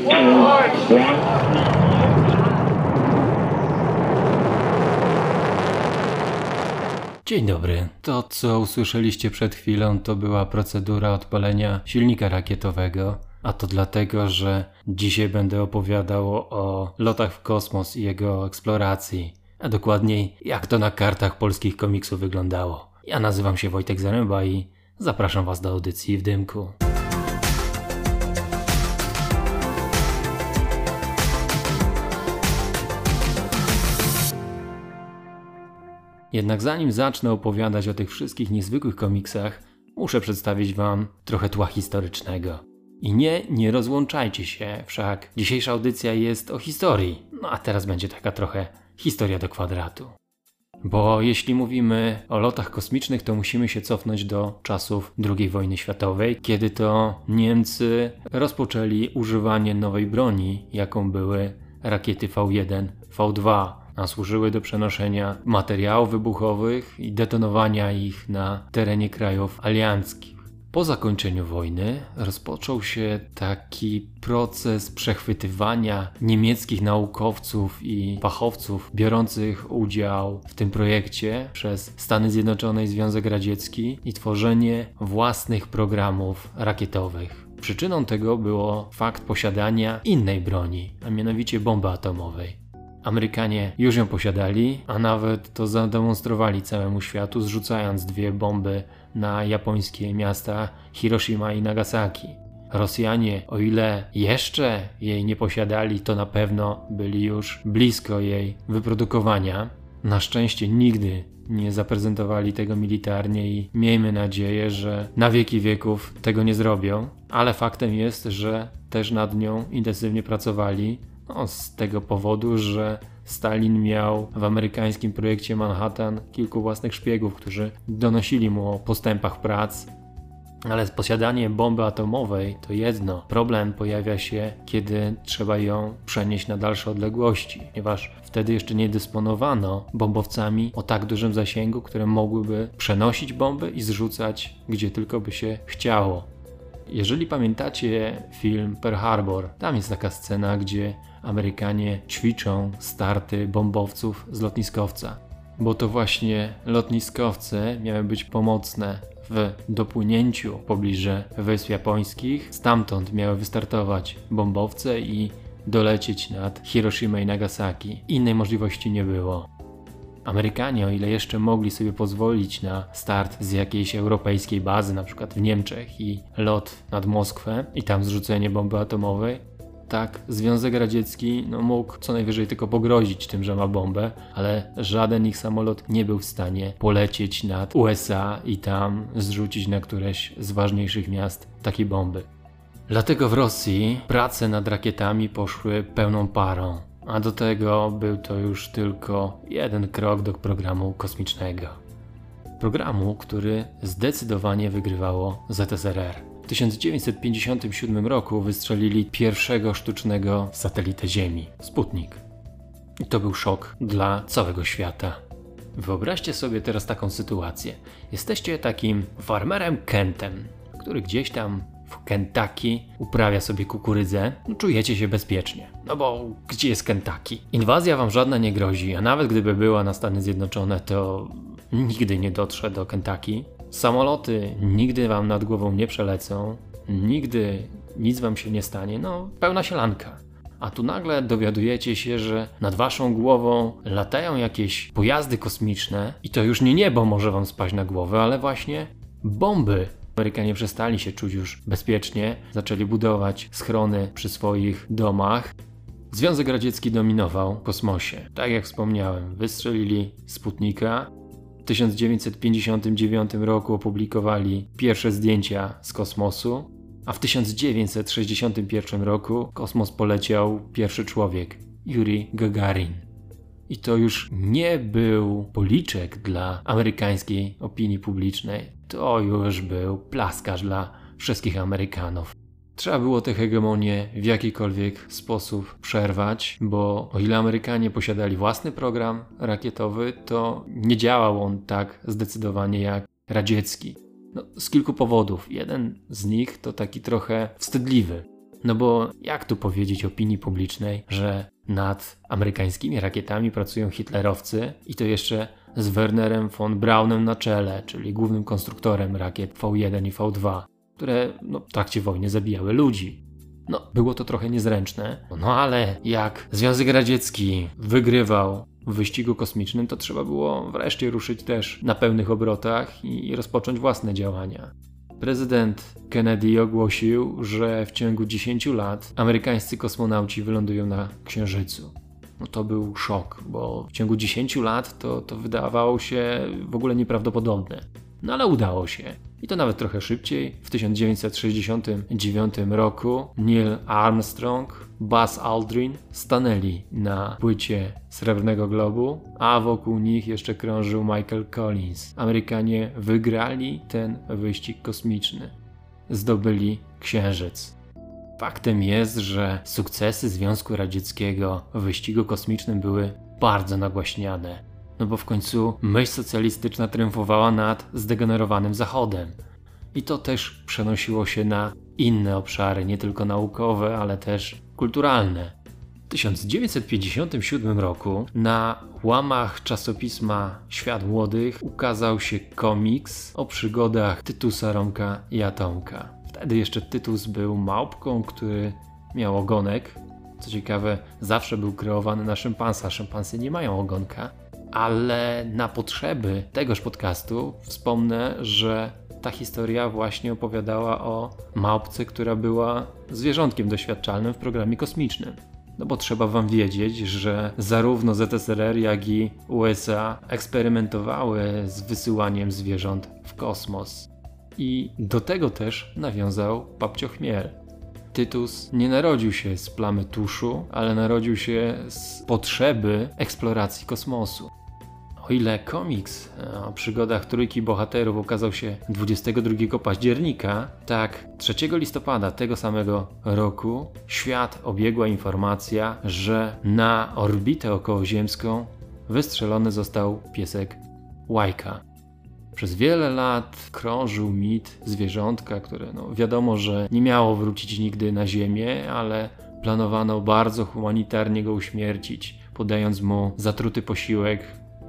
Dzień dobry. To, co usłyszeliście przed chwilą, to była procedura odpalenia silnika rakietowego. A to dlatego, że dzisiaj będę opowiadał o lotach w kosmos i jego eksploracji. A dokładniej, jak to na kartach polskich komiksów wyglądało. Ja nazywam się Wojtek Zaręba i zapraszam Was do audycji w dymku. Jednak zanim zacznę opowiadać o tych wszystkich niezwykłych komiksach, muszę przedstawić Wam trochę tła historycznego. I nie rozłączajcie się, wszak dzisiejsza audycja jest o historii. No a teraz będzie taka trochę historia do kwadratu. Bo jeśli mówimy o lotach kosmicznych, to musimy się cofnąć do czasów II wojny światowej, kiedy to Niemcy rozpoczęli używanie nowej broni, jaką były rakiety V1, V2. A służyły do przenoszenia materiałów wybuchowych i detonowania ich na terenie krajów alianckich. Po zakończeniu wojny rozpoczął się taki proces przechwytywania niemieckich naukowców i fachowców biorących udział w tym projekcie przez Stany Zjednoczone i Związek Radziecki i tworzenie własnych programów rakietowych. Przyczyną tego było fakt posiadania innej broni, a mianowicie bomby atomowej. Amerykanie już ją posiadali, a nawet to zademonstrowali całemu światu, zrzucając 2 bomby na japońskie miasta Hiroshima i Nagasaki. Rosjanie, o ile jeszcze jej nie posiadali, to na pewno byli już blisko jej wyprodukowania. Na szczęście nigdy nie zaprezentowali tego militarnie i miejmy nadzieję, że na wieki wieków tego nie zrobią, ale faktem jest, że też nad nią intensywnie pracowali. Z tego powodu, że Stalin miał w amerykańskim projekcie Manhattan kilku własnych szpiegów, którzy donosili mu o postępach prac. Ale posiadanie bomby atomowej to jedno. Problem pojawia się, kiedy trzeba ją przenieść na dalsze odległości, ponieważ wtedy jeszcze nie dysponowano bombowcami o tak dużym zasięgu, które mogłyby przenosić bomby i zrzucać gdzie tylko by się chciało. Jeżeli pamiętacie film Pearl Harbor, tam jest taka scena, gdzie Amerykanie ćwiczą starty bombowców z lotniskowca. Bo to właśnie lotniskowce miały być pomocne w dopłynięciu pobliżu wysp japońskich. Stamtąd miały wystartować bombowce i dolecieć nad Hiroshima i Nagasaki. Innej możliwości nie było. Amerykanie, o ile jeszcze mogli sobie pozwolić na start z jakiejś europejskiej bazy, na przykład w Niemczech i lot nad Moskwę i tam zrzucenie bomby atomowej, tak Związek Radziecki mógł co najwyżej tylko pogrozić tym, że ma bombę, ale żaden ich samolot nie był w stanie polecieć nad USA i tam zrzucić na któreś z ważniejszych miast takiej bomby. Dlatego w Rosji prace nad rakietami poszły pełną parą. A do tego był to już tylko jeden krok do programu kosmicznego. Programu, który zdecydowanie wygrywało ZSRR. W 1957 roku wystrzelili pierwszego sztucznego satelitę Ziemi, Sputnik. I to był szok dla całego świata. Wyobraźcie sobie teraz taką sytuację. Jesteście takim farmerem Kentem, który gdzieś tam w Kentucky uprawia sobie kukurydzę, czujecie się bezpiecznie. Bo gdzie jest Kentucky? Inwazja wam żadna nie grozi, a nawet gdyby była na Stany Zjednoczone, to nigdy nie dotrze do Kentucky. Samoloty nigdy wam nad głową nie przelecą, nigdy nic wam się nie stanie, pełna sielanka. A tu nagle dowiadujecie się, że nad waszą głową latają jakieś pojazdy kosmiczne i to już nie niebo może wam spaść na głowę, ale właśnie bomby. Amerykanie przestali się czuć już bezpiecznie, zaczęli budować schrony przy swoich domach. Związek Radziecki dominował w kosmosie. Tak jak wspomniałem, wystrzelili Sputnika. W 1959 roku opublikowali pierwsze zdjęcia z kosmosu, a w 1961 roku w kosmos poleciał pierwszy człowiek, Jurij Gagarin. I to już nie był policzek dla amerykańskiej opinii publicznej. To już był plaskarz dla wszystkich Amerykanów. Trzeba było tę hegemonię w jakikolwiek sposób przerwać, bo o ile Amerykanie posiadali własny program rakietowy, to nie działał on tak zdecydowanie jak radziecki. Z kilku powodów. Jeden z nich to taki trochę wstydliwy. No bo jak tu powiedzieć opinii publicznej, że nad amerykańskimi rakietami pracują hitlerowcy i to jeszcze z Wernerem von Braunem na czele, czyli głównym konstruktorem rakiet V1 i V2, które w trakcie wojny zabijały ludzi. Było to trochę niezręczne, ale jak Związek Radziecki wygrywał w wyścigu kosmicznym, to trzeba było wreszcie ruszyć też na pełnych obrotach i rozpocząć własne działania. Prezydent Kennedy ogłosił, że w ciągu 10 lat amerykańscy kosmonauci wylądują na Księżycu. To był szok, bo w ciągu 10 lat to wydawało się w ogóle nieprawdopodobne. Ale udało się. I to nawet trochę szybciej. W 1969 roku Neil Armstrong, Buzz Aldrin stanęli na płycie Srebrnego Globu, a wokół nich jeszcze krążył Michael Collins. Amerykanie wygrali ten wyścig kosmiczny. Zdobyli Księżyc. Faktem jest, że sukcesy Związku Radzieckiego w wyścigu kosmicznym były bardzo nagłaśniane. Bo w końcu myśl socjalistyczna triumfowała nad zdegenerowanym Zachodem. I to też przenosiło się na inne obszary, nie tylko naukowe, ale też kulturalne. W 1957 roku na łamach czasopisma Świat Młodych ukazał się komiks o przygodach Tytusa, Romka i Atomka. Wtedy jeszcze Tytus był małpką, który miał ogonek. Co ciekawe, zawsze był kreowany na szympansa. Szympansy nie mają ogonka. Ale na potrzeby tegoż podcastu wspomnę, że ta historia właśnie opowiadała o małpce, która była zwierzątkiem doświadczalnym w programie kosmicznym. Bo trzeba wam wiedzieć, że zarówno ZSRR, jak i USA eksperymentowały z wysyłaniem zwierząt w kosmos. I do tego też nawiązał Babcio Chmiel. Tytus nie narodził się z plamy tuszu, ale narodził się z potrzeby eksploracji kosmosu. O ile komiks o przygodach trójki bohaterów ukazał się 22 października, tak 3 listopada tego samego roku świat obiegła informacja, że na orbitę okołoziemską wystrzelony został piesek Łajka. Przez wiele lat krążył mit zwierzątka, które wiadomo, że nie miało wrócić nigdy na Ziemię, ale planowano bardzo humanitarnie go uśmiercić, podając mu zatruty posiłek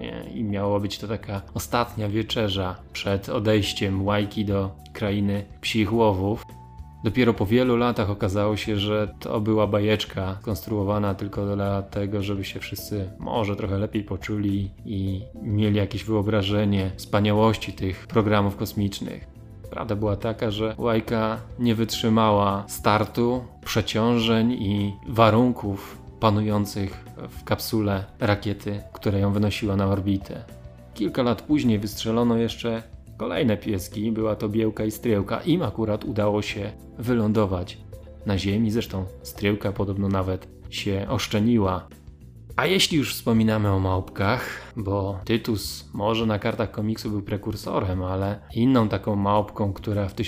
i miało być to taka ostatnia wieczerza przed odejściem Łajki do krainy psich łowów. Dopiero po wielu latach okazało się, że to była bajeczka konstruowana tylko dlatego, żeby się wszyscy może trochę lepiej poczuli i mieli jakieś wyobrażenie wspaniałości tych programów kosmicznych. Prawda była taka, że Łajka nie wytrzymała startu, przeciążeń i warunków panujących w kapsule rakiety, która ją wynosiła na orbitę. Kilka lat później wystrzelono jeszcze kolejne pieski, była to Biełka i Stryłka. Im akurat udało się wylądować na Ziemi, zresztą Stryłka podobno nawet się oszczeniła. A jeśli już wspominamy o małpkach, bo Tytus może na kartach komiksu był prekursorem, ale inną taką małpką, która w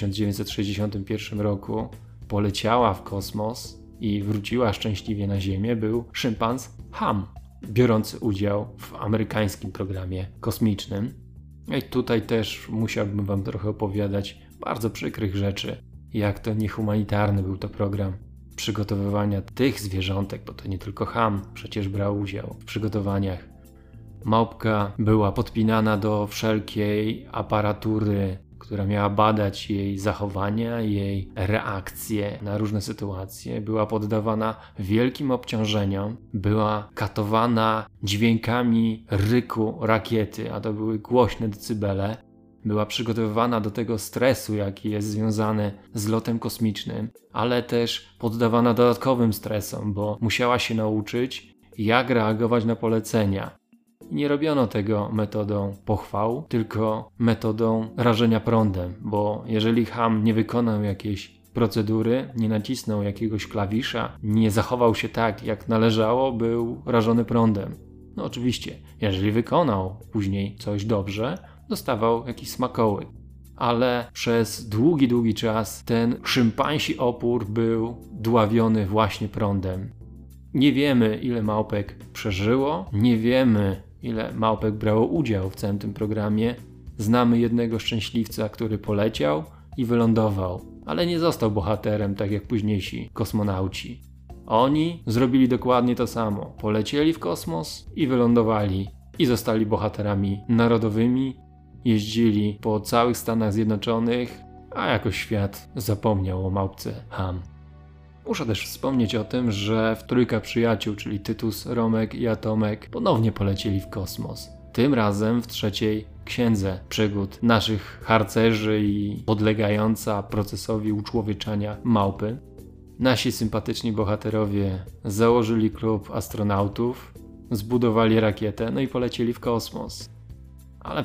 1961 roku poleciała w kosmos i wróciła szczęśliwie na Ziemię, był szympans Ham, biorący udział w amerykańskim programie kosmicznym. I tutaj też musiałbym wam trochę opowiadać bardzo przykrych rzeczy, jak to niehumanitarny był to program przygotowywania tych zwierzątek, bo to nie tylko Ham przecież brał udział w przygotowaniach. Małpka była podpinana do wszelkiej aparatury, która miała badać jej zachowania, jej reakcje na różne sytuacje. Była poddawana wielkim obciążeniom, była katowana dźwiękami ryku rakiety, a to były głośne decybele. Była przygotowywana do tego stresu, jaki jest związany z lotem kosmicznym, ale też poddawana dodatkowym stresom, bo musiała się nauczyć, jak reagować na polecenia. I nie robiono tego metodą pochwał, tylko metodą rażenia prądem, bo jeżeli Ham nie wykonał jakiejś procedury, nie nacisnął jakiegoś klawisza, nie zachował się tak, jak należało, był rażony prądem. Oczywiście, jeżeli wykonał później coś dobrze, dostawał jakiś smakołyk. Ale przez długi czas ten szympansi opór był dławiony właśnie prądem. Nie wiemy, ile małpek przeżyło, nie wiemy, ile małpek brało udział w całym tym programie. Znamy jednego szczęśliwca, który poleciał i wylądował, ale nie został bohaterem tak jak późniejsi kosmonauci. Oni zrobili dokładnie to samo. Polecieli w kosmos i wylądowali i zostali bohaterami narodowymi, jeździli po całych Stanach Zjednoczonych, a jakoś świat zapomniał o małpce Ham. Muszę też wspomnieć o tym, że w trójka przyjaciół, czyli Tytus, Romek i Atomek, ponownie polecieli w kosmos. Tym razem w trzeciej księdze przygód naszych harcerzy i podlegająca procesowi uczłowieczania małpy. Nasi sympatyczni bohaterowie założyli klub astronautów, zbudowali rakietę, no i polecieli w kosmos. Ale w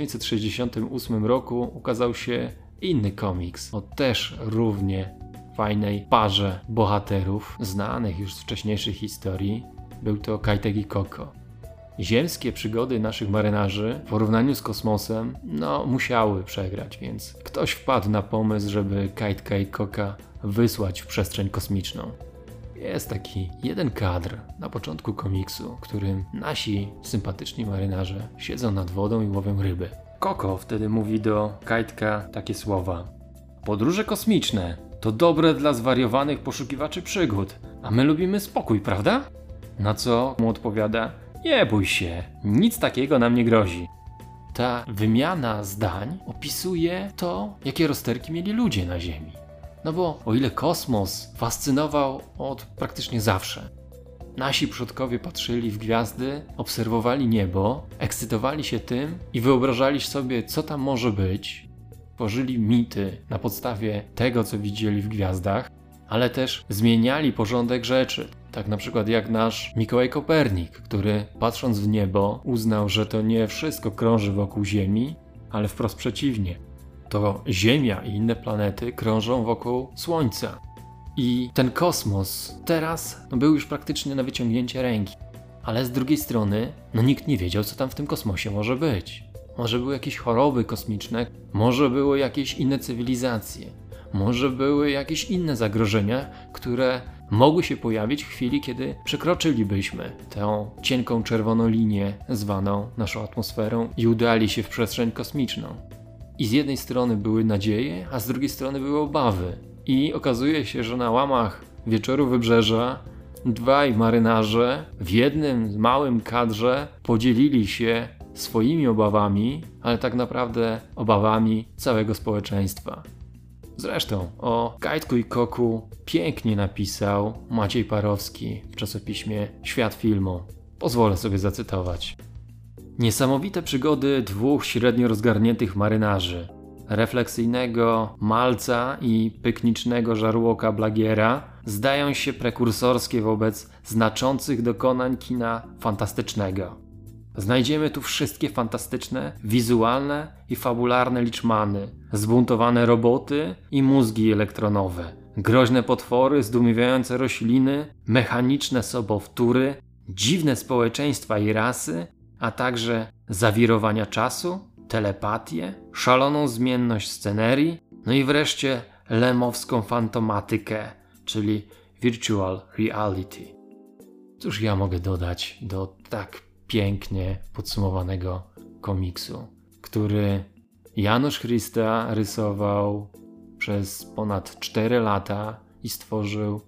1968 roku ukazał się inny komiks o też równie fajnej parze bohaterów, znanych już z wcześniejszych historii. Był to Kajtek i Koko. Ziemskie przygody naszych marynarzy w porównaniu z kosmosem, musiały przegrać, więc ktoś wpadł na pomysł, żeby Kajtka i Koka wysłać w przestrzeń kosmiczną. Jest taki jeden kadr na początku komiksu, w którym nasi sympatyczni marynarze siedzą nad wodą i łowią ryby. Koko wtedy mówi do Kajtka takie słowa: podróże kosmiczne to dobre dla zwariowanych poszukiwaczy przygód, a my lubimy spokój, prawda? Na co mu odpowiada: nie bój się, nic takiego nam nie grozi. Ta wymiana zdań opisuje to, jakie rozterki mieli ludzie na Ziemi. No bo o ile kosmos fascynował od praktycznie zawsze, nasi przodkowie patrzyli w gwiazdy, obserwowali niebo, ekscytowali się tym i wyobrażali sobie, co tam może być. Tworzyli mity na podstawie tego, co widzieli w gwiazdach, ale też zmieniali porządek rzeczy. Tak na przykład jak nasz Mikołaj Kopernik, który patrząc w niebo uznał, że to nie wszystko krąży wokół Ziemi, ale wprost przeciwnie. To Ziemia i inne planety krążą wokół Słońca. I ten kosmos teraz był już praktycznie na wyciągnięcie ręki. Ale z drugiej strony, nikt nie wiedział, co tam w tym kosmosie może być. Może były jakieś choroby kosmiczne, może były jakieś inne cywilizacje, może były jakieś inne zagrożenia, które mogły się pojawić w chwili, kiedy przekroczylibyśmy tę cienką czerwoną linię zwaną naszą atmosferą i udali się w przestrzeń kosmiczną. I z jednej strony były nadzieje, a z drugiej strony były obawy. I okazuje się, że na łamach Wieczoru Wybrzeża dwaj marynarze w jednym małym kadrze podzielili się swoimi obawami, ale tak naprawdę obawami całego społeczeństwa. Zresztą o Kajtku i Koku pięknie napisał Maciej Parowski w czasopiśmie Świat Filmu. Pozwolę sobie zacytować. Niesamowite przygody dwóch średnio rozgarniętych marynarzy, refleksyjnego Malca i pyknicznego żarłoka Blagiera, zdają się prekursorskie wobec znaczących dokonań kina fantastycznego. Znajdziemy tu wszystkie fantastyczne, wizualne i fabularne liczmany, zbuntowane roboty i mózgi elektronowe, groźne potwory, zdumiewające rośliny, mechaniczne sobowtóry, dziwne społeczeństwa i rasy, a także zawirowania czasu, telepatię, szaloną zmienność scenerii, i wreszcie lemowską fantomatykę, czyli virtual reality. Cóż ja mogę dodać do tak pięknie podsumowanego komiksu, który Janusz Chrysta rysował przez ponad 4 lata i stworzył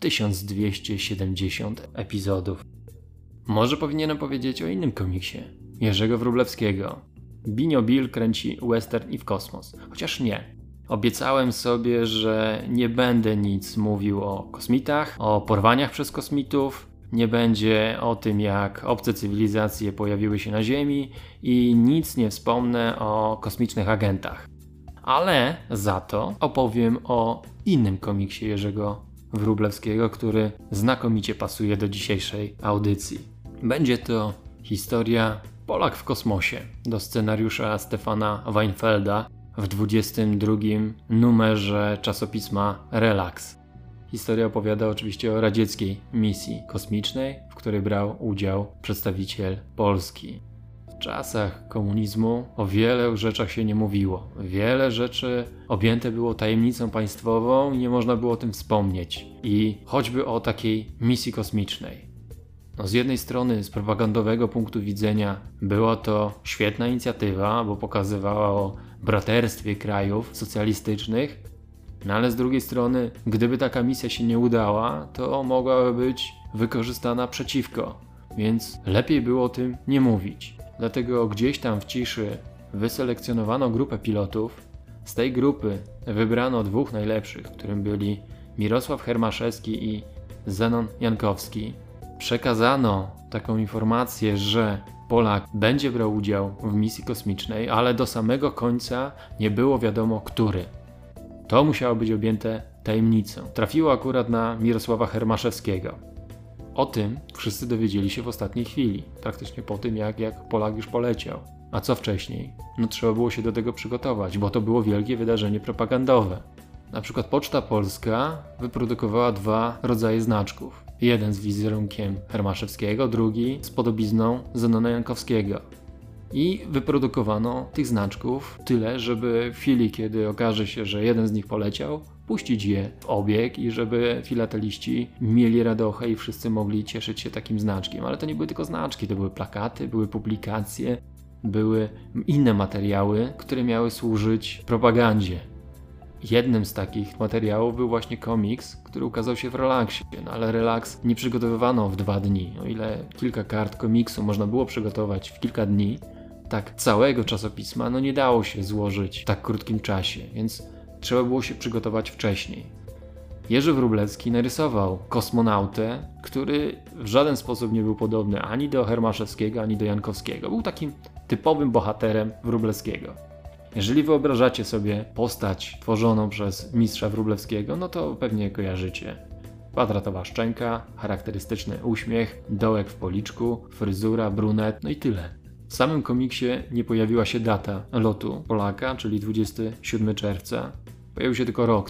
1270 epizodów. Może powinienem powiedzieć o innym komiksie, Jerzego Wróblewskiego. Binio Bill kręci western i w kosmos, chociaż nie. Obiecałem sobie, że nie będę nic mówił o kosmitach, o porwaniach przez kosmitów, nie będzie o tym, jak obce cywilizacje pojawiły się na Ziemi i nic nie wspomnę o kosmicznych agentach. Ale za to opowiem o innym komiksie Jerzego Wróblewskiego, który znakomicie pasuje do dzisiejszej audycji. Będzie to historia Polak w kosmosie do scenariusza Stefana Weinfelda w 22 numerze czasopisma Relax. Historia opowiada oczywiście o radzieckiej misji kosmicznej, w której brał udział przedstawiciel Polski. W czasach komunizmu o wiele rzeczach się nie mówiło. Wiele rzeczy objęte było tajemnicą państwową i nie można było o tym wspomnieć. I choćby o takiej misji kosmicznej. No z jednej strony, z propagandowego punktu widzenia była to świetna inicjatywa, bo pokazywała o braterstwie krajów socjalistycznych, no ale z drugiej strony, gdyby taka misja się nie udała, to mogłaby być wykorzystana przeciwko, więc lepiej było o tym nie mówić. Dlatego gdzieś tam w ciszy wyselekcjonowano grupę pilotów. Z tej grupy wybrano 2 najlepszych, którym byli Mirosław Hermaszewski i Zenon Jankowski. Przekazano taką informację, że Polak będzie brał udział w misji kosmicznej, ale do samego końca nie było wiadomo, który. To musiało być objęte tajemnicą. Trafiło akurat na Mirosława Hermaszewskiego. O tym wszyscy dowiedzieli się w ostatniej chwili, praktycznie po tym, jak Polak już poleciał. A co wcześniej? No trzeba było się do tego przygotować, bo to było wielkie wydarzenie propagandowe. Na przykład Poczta Polska wyprodukowała 2 rodzaje znaczków. Jeden z wizerunkiem Hermaszewskiego, drugi z podobizną Zenona Jankowskiego. I wyprodukowano tych znaczków tyle, żeby w chwili, kiedy okaże się, że jeden z nich poleciał, puścić je w obieg i żeby filateliści mieli radochę i wszyscy mogli cieszyć się takim znaczkiem. Ale to nie były tylko znaczki, to były plakaty, były publikacje, były inne materiały, które miały służyć propagandzie. Jednym z takich materiałów był właśnie komiks, który ukazał się w Relaksie, no ale Relaks nie przygotowywano w 2 dni. O ile kilka kart komiksu można było przygotować w kilka dni, tak całego czasopisma nie dało się złożyć w tak krótkim czasie, więc trzeba było się przygotować wcześniej. Jerzy Wróblewski narysował kosmonautę, który w żaden sposób nie był podobny ani do Hermaszewskiego, ani do Jankowskiego. Był takim typowym bohaterem Wróblewskiego. Jeżeli wyobrażacie sobie postać tworzoną przez mistrza Wróblewskiego, no to pewnie kojarzycie. Kwadratowa szczęka, charakterystyczny uśmiech, dołek w policzku, fryzura, brunet, no i tyle. W samym komiksie nie pojawiła się data lotu Polaka, czyli 27 czerwca. Pojawił się tylko rok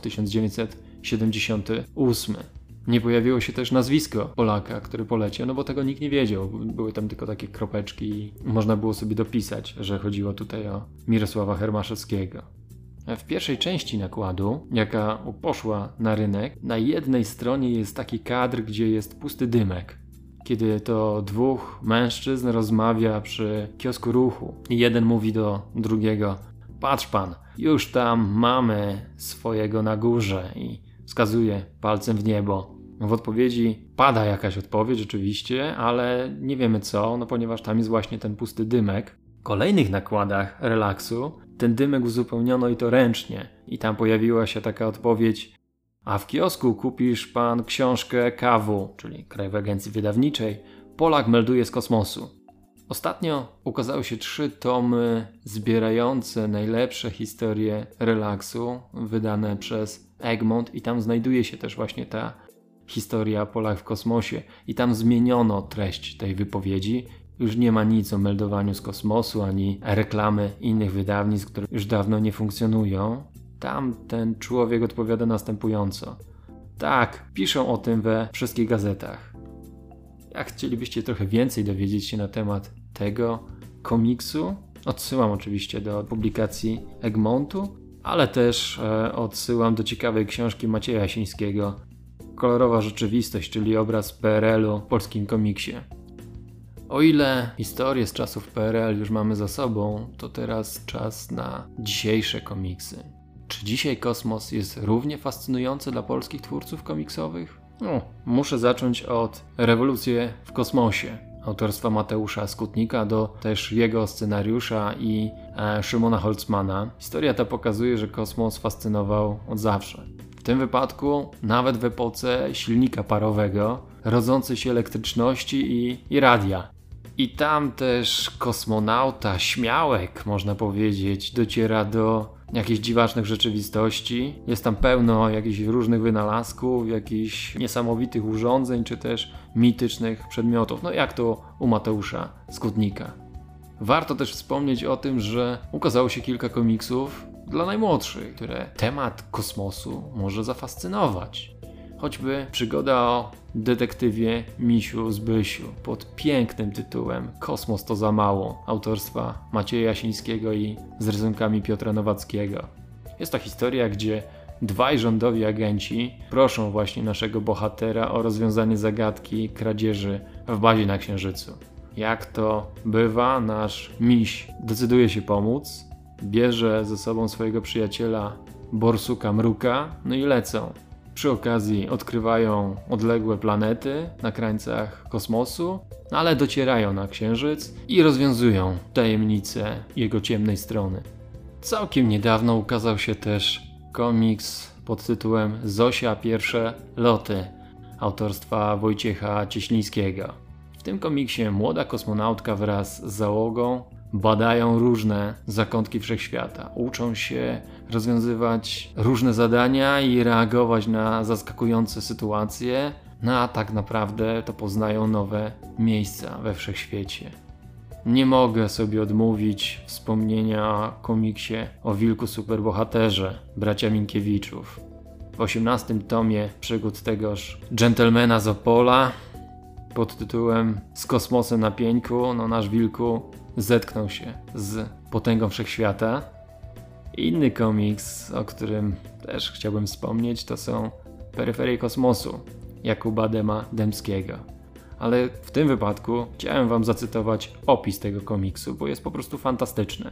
1978. Nie pojawiło się też nazwisko Polaka, który poleciał, no bo tego nikt nie wiedział. Były tam tylko takie kropeczki i można było sobie dopisać, że chodziło tutaj o Mirosława Hermaszewskiego. W pierwszej części nakładu, jaka poszła na rynek, na jednej stronie jest taki kadr, gdzie jest pusty dymek. Kiedy to 2 mężczyzn rozmawia przy kiosku ruchu i jeden mówi do drugiego: patrz pan, już tam mamy swojego na górze, i wskazuje palcem w niebo. W odpowiedzi pada jakaś odpowiedź rzeczywiście, ale nie wiemy co, no ponieważ tam jest właśnie ten pusty dymek. W kolejnych nakładach Relaksu ten dymek uzupełniono i to ręcznie i tam pojawiła się taka odpowiedź: a w kiosku kupisz pan książkę KAW, czyli Krajowej Agencji Wydawniczej, Polak melduje z kosmosu. Ostatnio ukazały się 3 tomy zbierające najlepsze historie Relaksu, wydane przez Egmont, i tam znajduje się też właśnie ta historia Polak w kosmosie i tam zmieniono treść tej wypowiedzi. Już nie ma nic o meldowaniu z kosmosu, ani reklamy innych wydawnictw, które już dawno nie funkcjonują. Tam ten człowiek odpowiada następująco: tak, piszą o tym we wszystkich gazetach. Jak chcielibyście trochę więcej dowiedzieć się na temat tego komiksu, odsyłam oczywiście do publikacji Egmontu, ale też odsyłam do ciekawej książki Macieja Jasińskiego Kolorowa rzeczywistość, czyli obraz PRL-u w polskim komiksie. O ile historię z czasów PRL już mamy za sobą, to teraz czas na dzisiejsze komiksy. Czy dzisiaj kosmos jest równie fascynujący dla polskich twórców komiksowych? Muszę zacząć od Rewolucji w kosmosie autorstwa Mateusza Skutnika, do też jego scenariusza i Szymona Holzmana. Historia ta pokazuje, że kosmos fascynował od zawsze. W tym wypadku nawet w epoce silnika parowego, rodzącej się elektryczności i radia. I tam też kosmonauta, śmiałek można powiedzieć, dociera do jakichś dziwacznych rzeczywistości. Jest tam pełno jakichś różnych wynalazków, jakichś niesamowitych urządzeń, czy też mitycznych przedmiotów. No jak to u Mateusza Skutnika. Warto też wspomnieć o tym, że ukazało się kilka komiksów dla najmłodszych, które temat kosmosu może zafascynować. Choćby przygoda o detektywie Misiu Zbysiu pod pięknym tytułem Kosmos to za mało, autorstwa Macieja Jasińskiego i z rysunkami Piotra Nowackiego. Jest to historia, gdzie dwaj rządowi agenci proszą właśnie naszego bohatera o rozwiązanie zagadki kradzieży w bazie na Księżycu. Jak to bywa, nasz miś decyduje się pomóc, bierze ze sobą swojego przyjaciela Borsuka Mruka, no i lecą. Przy okazji odkrywają odległe planety na krańcach kosmosu, ale docierają na Księżyc i rozwiązują tajemnicę jego ciemnej strony. Całkiem niedawno ukazał się też komiks pod tytułem Zosia Pierwsze Loty autorstwa Wojciecha Cieślińskiego. W tym komiksie młoda kosmonautka wraz z załogą badają różne zakątki wszechświata. Uczą się rozwiązywać różne zadania i reagować na zaskakujące sytuacje, no a tak naprawdę to poznają nowe miejsca we wszechświecie. Nie mogę sobie odmówić wspomnienia o komiksie o wilku superbohaterze bracia Minkiewiczów. W 18 tomie przygód tegoż dżentelmena z Opola pod tytułem Z kosmosem na pieńku, nasz wilku zetknął się z potęgą wszechświata. Inny komiks, o którym też chciałbym wspomnieć, to są Peryferie kosmosu Jakuba Dema Dębskiego. Ale w tym wypadku chciałem wam zacytować opis tego komiksu, bo jest po prostu fantastyczny.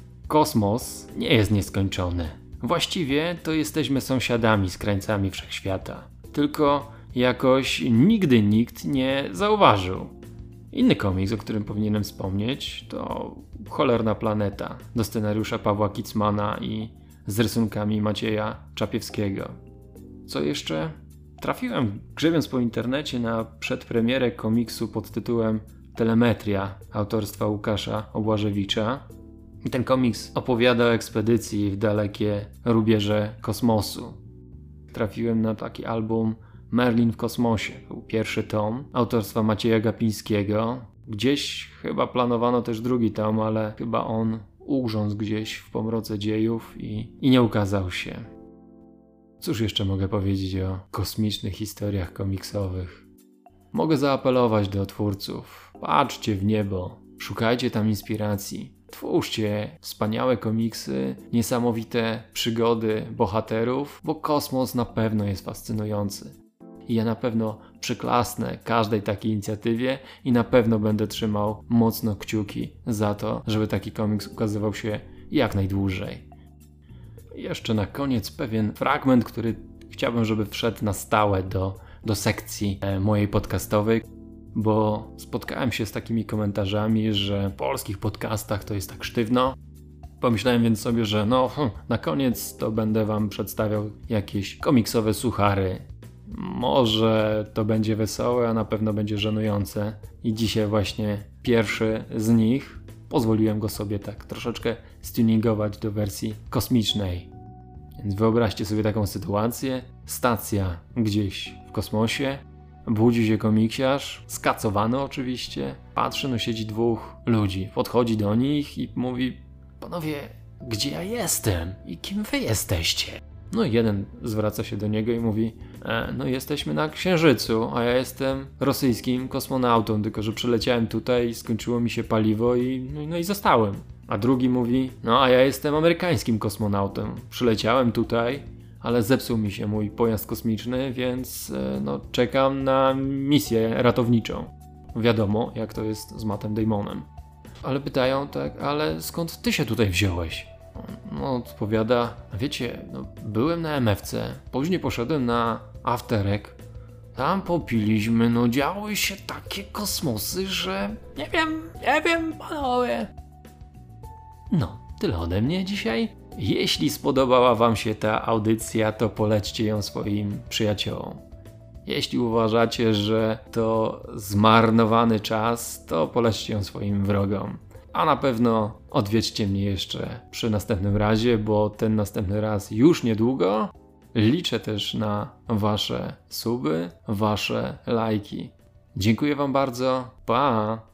Kosmos nie jest nieskończony. Właściwie to jesteśmy sąsiadami z krańcami wszechświata. Tylko jakoś nigdy nikt nie zauważył. Inny komiks, o którym powinienem wspomnieć, to Cholerna planeta do scenariusza Pawła Kicmana i z rysunkami Macieja Czapiewskiego. Co jeszcze? Trafiłem, grzebiąc po internecie, na przedpremierę komiksu pod tytułem Telemetria autorstwa Łukasza Obłażewicza. Ten komiks opowiada o ekspedycji w dalekie rubieże kosmosu. Trafiłem na taki album Merlin w kosmosie. Był pierwszy tom autorstwa Macieja Gapińskiego. Gdzieś chyba planowano też drugi tom, ale chyba on ugrzązł gdzieś w pomroce dziejów i nie ukazał się. Cóż jeszcze mogę powiedzieć o kosmicznych historiach komiksowych? Mogę zaapelować do twórców. Patrzcie w niebo, szukajcie tam inspiracji. Twórzcie wspaniałe komiksy, niesamowite przygody bohaterów, bo kosmos na pewno jest fascynujący. I ja na pewno przyklasnę każdej takiej inicjatywie i na pewno będę trzymał mocno kciuki za to, żeby taki komiks ukazywał się jak najdłużej. Jeszcze na koniec pewien fragment, który chciałbym, żeby wszedł na stałe do sekcji mojej podcastowej, bo spotkałem się z takimi komentarzami, że w polskich podcastach to jest tak sztywno. Pomyślałem więc sobie, że na koniec to będę wam przedstawiał jakieś komiksowe suchary. Może to będzie wesołe, a na pewno będzie żenujące. I dzisiaj właśnie pierwszy z nich. Pozwoliłem go sobie tak troszeczkę stuningować do wersji kosmicznej. Więc wyobraźcie sobie taką sytuację. Stacja gdzieś w kosmosie. Budzi się komiksiarz, skacowany oczywiście. Patrzy, siedzi dwóch ludzi. Podchodzi do nich i mówi: panowie, gdzie ja jestem? I kim wy jesteście? Jeden zwraca się do niego i mówi: jesteśmy na Księżycu, a ja jestem rosyjskim kosmonautą, tylko że przyleciałem tutaj, skończyło mi się paliwo i zostałem. A drugi mówi: a ja jestem amerykańskim kosmonautą, przyleciałem tutaj, ale zepsuł mi się mój pojazd kosmiczny, więc czekam na misję ratowniczą. Wiadomo, jak to jest z Mattem Damonem. Ale pytają tak: ale skąd ty się tutaj wziąłeś? Odpowiada: wiecie, byłem na MFC, później poszedłem na afterek, tam popiliśmy, działy się takie kosmosy, że nie wiem panowie. Tyle ode mnie dzisiaj. Jeśli spodobała wam się ta audycja, to polećcie ją swoim przyjaciołom. Jeśli uważacie, że to zmarnowany czas, to polećcie ją swoim wrogom. A na pewno odwiedźcie mnie jeszcze przy następnym razie, bo ten następny raz już niedługo. Liczę też na wasze suby, wasze lajki. Dziękuję wam bardzo. Pa!